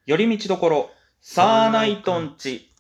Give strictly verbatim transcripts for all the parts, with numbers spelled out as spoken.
寄り道どころ、サーナイトンチ。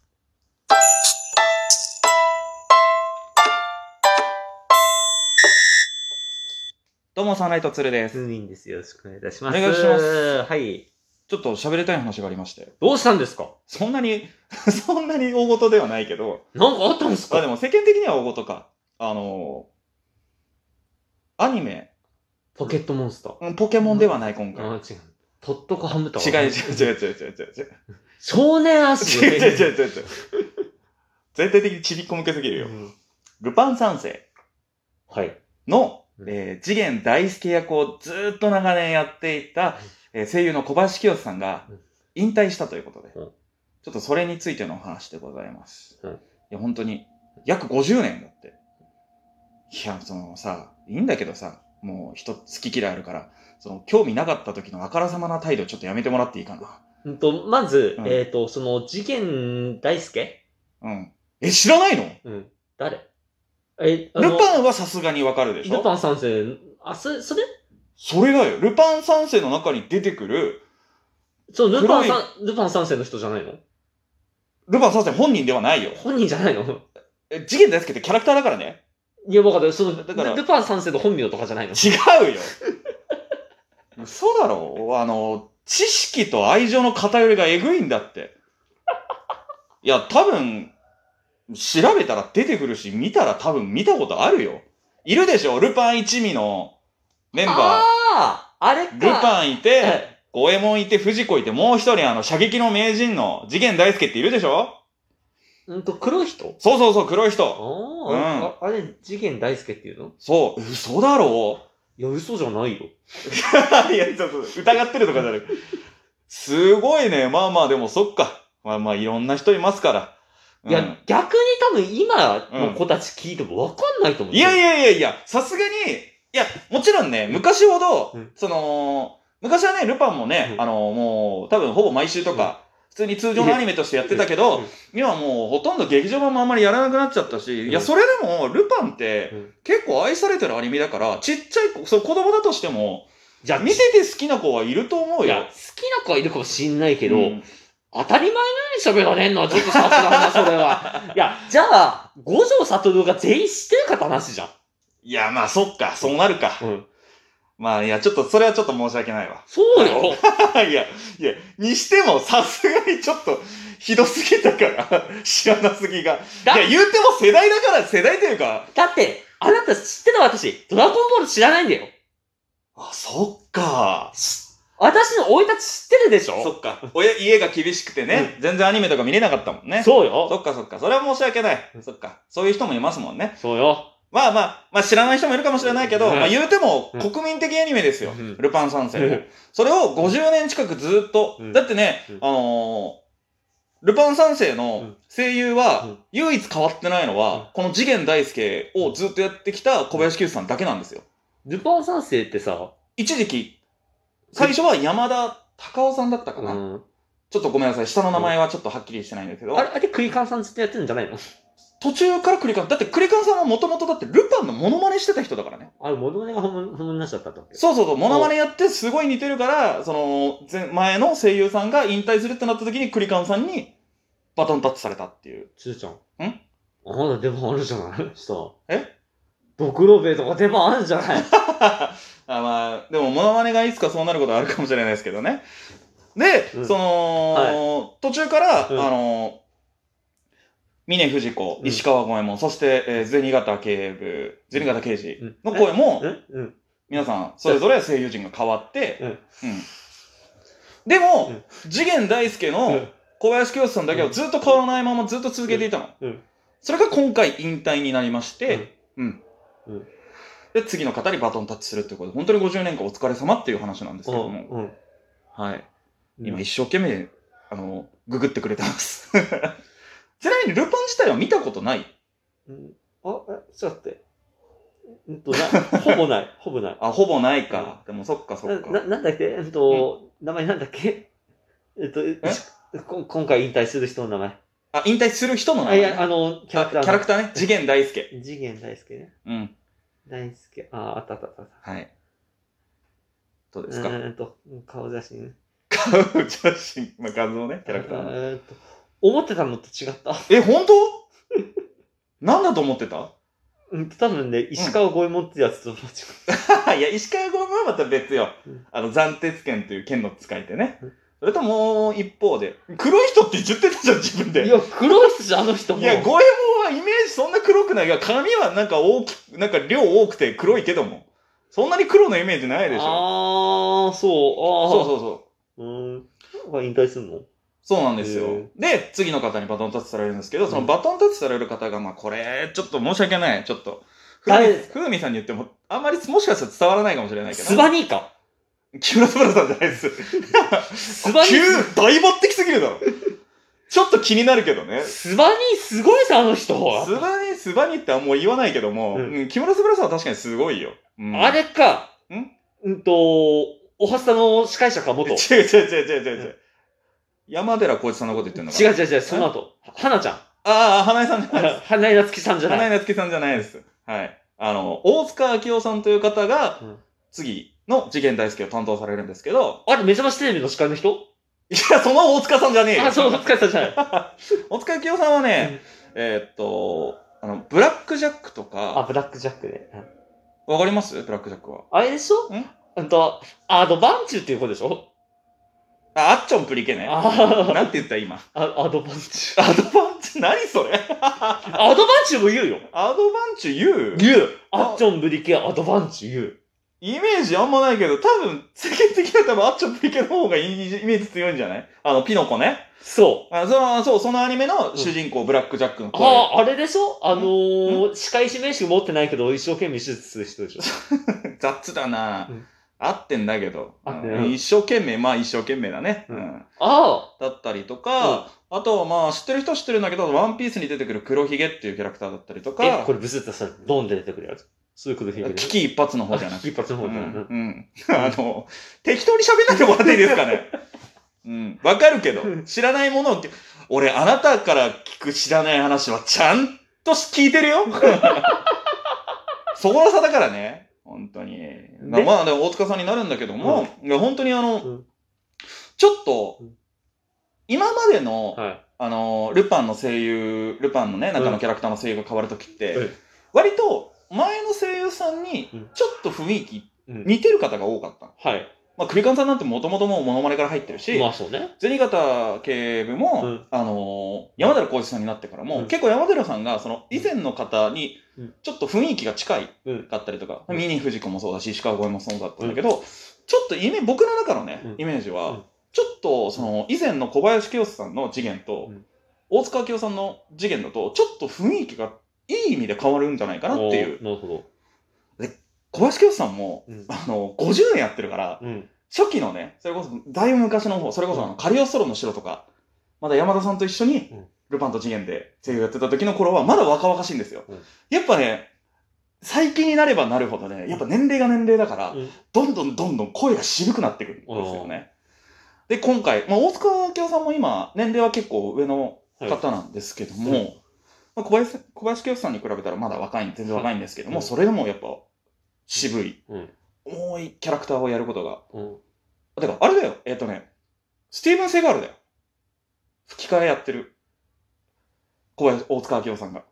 どうも、サーナイトツルです。 ツーニンです。よろしくお願いいたします。 お願いします。 はい。 ちょっと喋りたい話がありまして。 どうしたんですか？ そんなに、そんなに大事ではないけど。 なんかあったんですか？ あ、でも世間的には大事か。あのー、アニメ。 ポケットモンスター。 ポケモンではない、今回。 あ、違う。とっとこハム太郎。 違う違う違う違う違う違う。 少年アシ違う違う違う違う。全体的にちびっこ向けすぎるよ。うん、ルパン三世。 はい。 の、えー、次元大介役をずーっと長年やっていた、えー、声優の小林清志さんが引退したということで、うん、ちょっとそれについてのお話でございます。うん、いや、本当に、約ごじゅうねんだって。いや、そのさ、いいんだけどさ、もう人好き嫌いあるから、その興味なかった時のあからさまな態度ちょっとやめてもらっていいかな。 うんと、まず、うん、えっ、ー、と、その次元大介？ うん。え、知らないの？ うん。誰？え、 ルパンはさすがにわかるでしょ？ ルパン三世、あ、そ、それそれがよ、ルパン三世の中に出てくる、 そう、ルパン三、ルパン三世の人じゃないの？ ルパン三世本人ではないよ。 本人じゃないの？ え、次元大介ってキャラクターだからね。 いや、わかる。その、だから、ルパン三世の本名とかじゃないの？ 違うよ。嘘だろ？あの、知識と愛情の偏りがえぐいんだって。いや、多分、調べたら出てくるし、見たら多分見たことあるよ。いるでしょ？ルパン一味のメンバー。 ああ、あれか。 ルパンいて、五右衛門いて、藤子いて、もう一人あの、射撃の名人の次元大介っているでしょ？ うんと、黒い人？ そうそうそう、黒い人。 あ、うん、あ、あれ、次元大介っていうの？ そう、嘘だろう？いや、嘘じゃないよ。 いや、ちょっと疑ってるとかじゃなくて。すごいね。まあまあ、でもそっか。まあまあ、いろんな人いますから。 うん、いや、逆に多分今の子たち聞いてもわかんないと思う、うん。いやいやいやいや、さすがに、いや、もちろんね、昔ほど、うん、その、昔はね、ルパンもね、うん、あの、もう、多分ほぼ毎週とか、普通に通常のアニメとしてやってたけど、今もうほとんど劇場版もあんまりやらなくなっちゃったし、いや、それでも、ルパンって、結構愛されてるアニメだから、ちっちゃい子、そう、子供だとしても、じゃあ見てて好きな子はいると思うよ。いや、 好きな子はいるかもしんないけど、うん、当たり前のように喋られんのはちょっとさすがだな、それは。いや、じゃあ、五条悟が全員知ってるかって話じゃん。 いや、まあ、そっか、そうなるか。うん。まあ、いや、ちょっと、それはちょっと申し訳ないわ。 そうよ。 いや、いや、にしても、さすがにちょっと、ひどすぎたから、知らなすぎが。いや、言うても世代だから、世代というか。 だって、あなた知ってた私、ドラゴンボール知らないんだよ。 あ、そっか。 私の生い立ち知ってるでしょ？ そっか。親、家が厳しくてね、うん、全然アニメとか見れなかったもんね。 そうよ。 そっかそっか。それは申し訳ない。そっか。そういう人もいますもんね。 そうよ。 まあまあ、まあ知らない人もいるかもしれないけど、うん、まあ言うても国民的アニメですよ。うん、ルパン三世も、うん。それをごじゅうねん近くずっと、うん、だってね、うん、あのー、ルパン三世の声優は、唯一変わってないのは、うん、この次元大介をずっとやってきた小林清志さんだけなんですよ。 ルパン三世ってさ、 一時期、最初は山田隆夫さんだったかな、うん、ちょっとごめんなさい。下の名前はちょっとはっきりしてないんだけど。 あれ、あれ、クリカンさんずっとやってるんじゃないの？ 途中からクリカン、だってクリカンさんはもともとだってルパンのモノマネしてた人だからね。 あれ、モノマネが本物になっちゃったんだっけ？ そうそうそう、モノマネやってすごい似てるから、その、前の声優さんが引退するってなった時にクリカンさんにバトンタッチされたっていう。 つーちゃん。 ん？ あ、まだ出番あるじゃないした。 え？ ドクロベとか出番あるんじゃないあ、まあ、でもモノマネがいつかそうなることはあるかもしれないですけどね。で、うん、その、はい、途中から、うん、あの、峰不二子、石川五右衛門、うん、そして、えー、銭形警部、銭形刑事の声も、うん、皆さん、それぞれ声優陣が変わって、うんうん、でも、うん、次元大介の小林清志さんだけはずっと変わらないままずっと続けていたの。うんうん、それが今回引退になりまして、うんうん、で、次の方にバトンタッチするってことで、本当にごじゅうねんかんお疲れ様っていう話なんですけども、うん、はい。今一生懸命、あの、ググってくれてます。ちなみにルパン自体は見たことない？ うん、あ、え、ちょっと待って。うんと、な、ほぼない。ほぼない。 あ、ほぼないか。うん、でもそっかそっか。 な、なんだっけえっと、うん、名前なんだっけえっと、え今回引退する人の名前。 あ、引退する人の名前、 ね、あ、いや、あの、キャラクター。 キャラクターね。次元大介。 次元大介ね。 うん。 大輔。あ、あったあったあった。 はい。どうですか？ えーっと、顔写真。 顔ハウ写真、まあ、画像ね、キャラクターの。 えーっと、思ってたのと違った。 え、本当なんだと思ってたうん、多分ね、石川五右衛門ってやつと間違いや、石川五右衛門はまた別よ。 うん、 あの、斬鉄剣という剣の使い手ね。 うん、 それともう一方で、黒い人って言ってたじゃん、自分で。 いや、黒いっすじゃん、あの人も。 いや、五右衛門はイメージそんな黒くないが、髪はなんか大きく、なんか量多くて黒いけども。そんなに黒のイメージないでしょ。 あー、そう、あー。 そうそうそう。 うーん。なんか引退すんの？ そうなんですよへ。 で、次の方にバトンタッチされるんですけど、 うんそのバトンタッチされる方が、まあこれ、ちょっと申し訳ない。ちょっと。ふう誰み、ふうみさんに言っても、あんまりもしかしたら伝わらないかもしれないけど。 スバニーか。 木村昴さんじゃないです。 スバニー。 急、大抜擢すぎるだろ。ちょっと気になるけどね。 スバニーすごいさ、あの人。 スバニ、スバニってもう言わないけども、 うんうん木村昴さんは確かにすごいよ。うんあれか。 んうんと、おはスタの司会者か、元。 違う違う違う違う違う違う。山寺宏一さんのこと言ってんのかな違う違う違う、その後。花ちゃん。 ああ、花江さんじゃないです。 花井夏樹さんじゃない。 花江夏樹さんじゃないです。はい。あの、大塚明夫さんという方がうん、 次の次元大介を担当されるんですけど、 あれ、目覚ましテレビの司会の人？ いや、その大塚さんじゃねえよ。 あ、そう、お疲れ様じゃない。 大塚明夫さんはね、えーっと、あの、ブラックジャックとあ、 か、 ブラックジャックで。 わかりますブラックジャックは。 あれでしょ？ んうんと、アドバンチュっていう子でしょ？ あ、あっちょんプリケね。 あーなんて言った今。 あアドバンチュ。 アドバンチ、何それアドバンチュも言うよ。 アドバンチ言う言う。アッチョンブリケアドバンチュ言う。 イメージあんまないけど、多分、世間的には多分、あっちょんプリケの方がいいイメージ強いんじゃないあの、ピノコね。 そう。 あその、そう、そのアニメの主人公、ブラックジャックの声。 ああ、あれでしょあのー、歯科医師名刺持ってないけど、一生懸命手術する人でしょ。 雑だな、 うん合ってんだけど。 合ってるうん一生懸命、まあ一生懸命だね。 うんうんあだったりとか、あとはまあ知ってる人は知ってるんだけど、ワンピースに出てくる黒ひげっていうキャラクターだったりとあ。え、 かこ、れブスってさ、ドンで出てくるやつ。そういうこと言う危機一髪の方じゃなくて。 一発の方うじゃない。 ん。うん。あの、適当に喋んないでもらっていいですかね。うん。わかるけど、知らないものを、俺、あなたから聞く知らない話はちゃんと聞いてるよ。そこの差だからね。本当に。まあ、でも大塚さんになるんだけども、いや本当にあの、 うんちょっとうん、 今までの、 はい。 あの、ルパンの声優、ルパンのね、中のキャラクターの声優が変わるときって、 うん割と前の声優さんにうんちょっと雰囲気うん似てる方が多かったの。 はい。 まあ、クリカンさんなんてもともともうモノマネから入ってるし、 まあそうね。 銭形警部も、 うんあのー山寺宏一さんになってからも、 うん結構山寺さんが、その、以前の方にうん、 ちょっと雰囲気が近いうん。 かったりとか、 うんミニ藤子もそうだし、石川越もそうだったんだけど、ちょっとイメ僕の中のね、 うんイメージは、 うんちょっと、その、以前の小林清志さんの次元と、 うん大塚明夫さんの次元だと、ちょっと雰囲気がいい意味で変わるんじゃないかなっていう。 おーなるほど。 小林清志さんも、 うんあの、ごじゅうねんやってるから、 うん。 初期のね、それこそ、だいぶ昔の方、それこそあの、カリオストロの城とか、まだ山田さんと一緒にうん、 ルパンと次元で声優やってた時の頃は、まだ若々しいんですよ。 うんやっぱね、最近になればなるほどね、やっぱ年齢が年齢だから、 うんどんどんどんどん声が渋くなってくるんですよね。で、今回、まあ、大塚明夫さんも今、年齢は結構上の方なんですけども、 はいうんまあ、小林、小林清志さんに比べたらまだ若い、全然若いんですけども、 うんそれでもやっぱ、渋い、 うん。 重いキャラクターをやることが、 うん。 てか、あれだよ、えっ、とね、スティーブン・セガールだよ。吹き替えやってる。小林、大塚明夫さんが。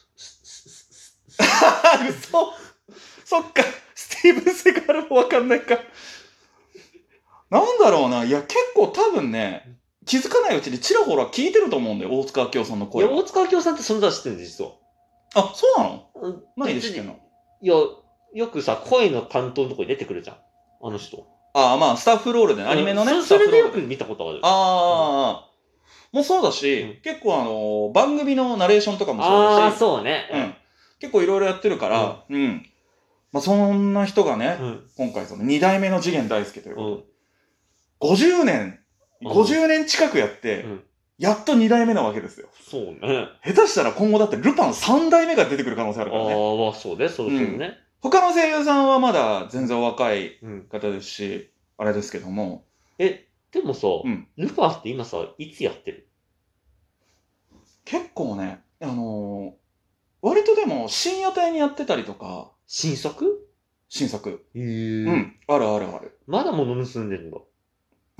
嘘そっか、スティーブン・セガールもわかんないか。なんだろうな、いや、結構多分ね、気づかないうちにちらほら聞いてると思うんだよ、大塚明夫さんのいや、 声は。 大塚明夫さんって存在知ってるんです、実は。 あ、そうなのうん何で知ってんのいや、よくさ、声の担当のとこに出てくるじゃん。あの人。 ああ、まあ、スタッフロールでね、アニメのね、 そスタッフロールで。 それでよく見たことある。 ああ、もうそうだし、 うん結構あの、番組のナレーションとかもそうああ、 だし、 そうね。 うん。結構いろいろやってるから、うん。まあ、そんな人がね、 うん。 今回その二代目の次元大介ということで、 うん。 ごじゅうねん、 うんごじゅうねん近くやって、 うん。 やっと二代目なわけですよ。 そうね。 下手したら今後だってルパン三代目が出てくる可能性あるああからね。 ー、まあそうね、そろそろね。 他の声優さんはまだ全然お若いうん。 方ですし、あれですけども、 え、でもさ、 うんルパンって今さ、いつやってる？ 結構ね、あのー割とでも深夜帯にやってたりとか、 新作？ 新作。 へえ。 うん。あるあるある。 まだ物盗んでるんだ。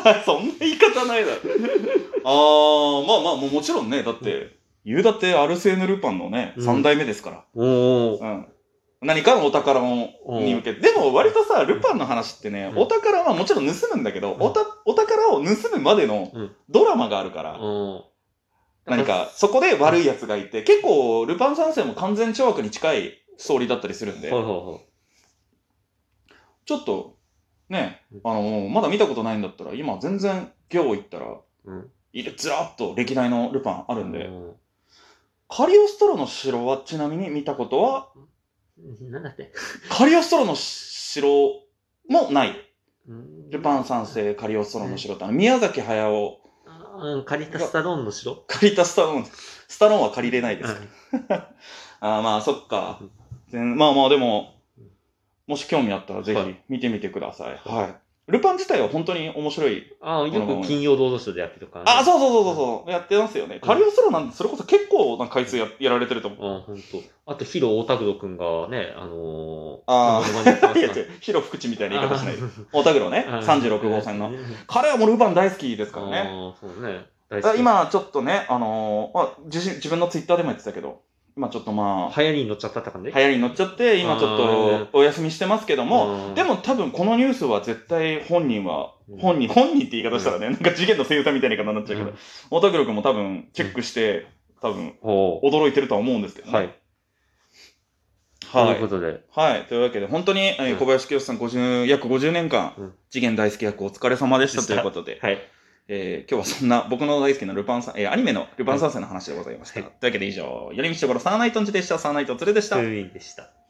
そんな言い方ないだろ。あー、まあまあ、もうもちろんね、だって、言うだってアルセーヌ・ルパンのね、さん代目ですから。 うん。おー。 うん。何かのお宝をに向けて。でも割とさ、ルパンの話ってね、 うん、 お宝はもちろん盗むんだけど、うん、おた、お宝を盗むまでのドラマがあるから、うん、何か、そこで悪い奴がいて、結構、ルパン三世も完全懲悪に近いストーリーだったりするんで、 はいはいはい、 ちょっと、ね、あの、まだ見たことないんだったら、今全然、行行ったら、うん、いる、ずらっと歴代のルパンあるんで、うん、カリオストロの城はちなみに見たことは、 なんだってカリオストロの城もない。ルパン三世カリオストロの城って、あの宮崎駿。 うん、借りたスタローンの城借りたスタローン。スタローンは借りれないです。あまあ、そっか。まあまあ、でも、もし興味あったらぜひ見てみてください。はい。はい、ルパン自体は本当に面白い。 ああ、よく金曜ロードショーでやってるからね。あ、そうそうそうそう、やってますよね。カリオストロなんてそれこそ結構な回数ややられてると思う。 あ、ほんと。あと、ヒロ・オタグロくんがね、あのー、 ああ、いや、ヒロ福地みたいな言い方しないで。オタグロね。さんじゅうろく号線の。彼はもうルパン大好きですからね。 ああ、そうね。 今ちょっとね、あのー、まあ、自, 自分のツイッターでも言ってたけど、今ちょっとまあ、流行りに乗っちゃったって感じ？ 流行りに乗っちゃって、今ちょっとお休みしてますけども、でも多分このニュースは絶対本人は、本人、本人って言い方したらね、なんか次元の声優さんみたいな言い方になっちゃうけど、大田黒君も多分チェックして、多分驚いてるとは思うんですけどね。はい。 はい。ということで。 はい。というわけで、本当に、えー、小林清さんごじゅう、約ごじゅうねんかん、次元大好き役お疲れ様でしたということで。はい。えー、今日はそんな僕の大好きなルパンさん、えー、アニメのルパン三世の話でございました。はい、というわけで以上、寄り道ところサーナイトンジでした。サーナイトツルでした。 ツーウィンでした。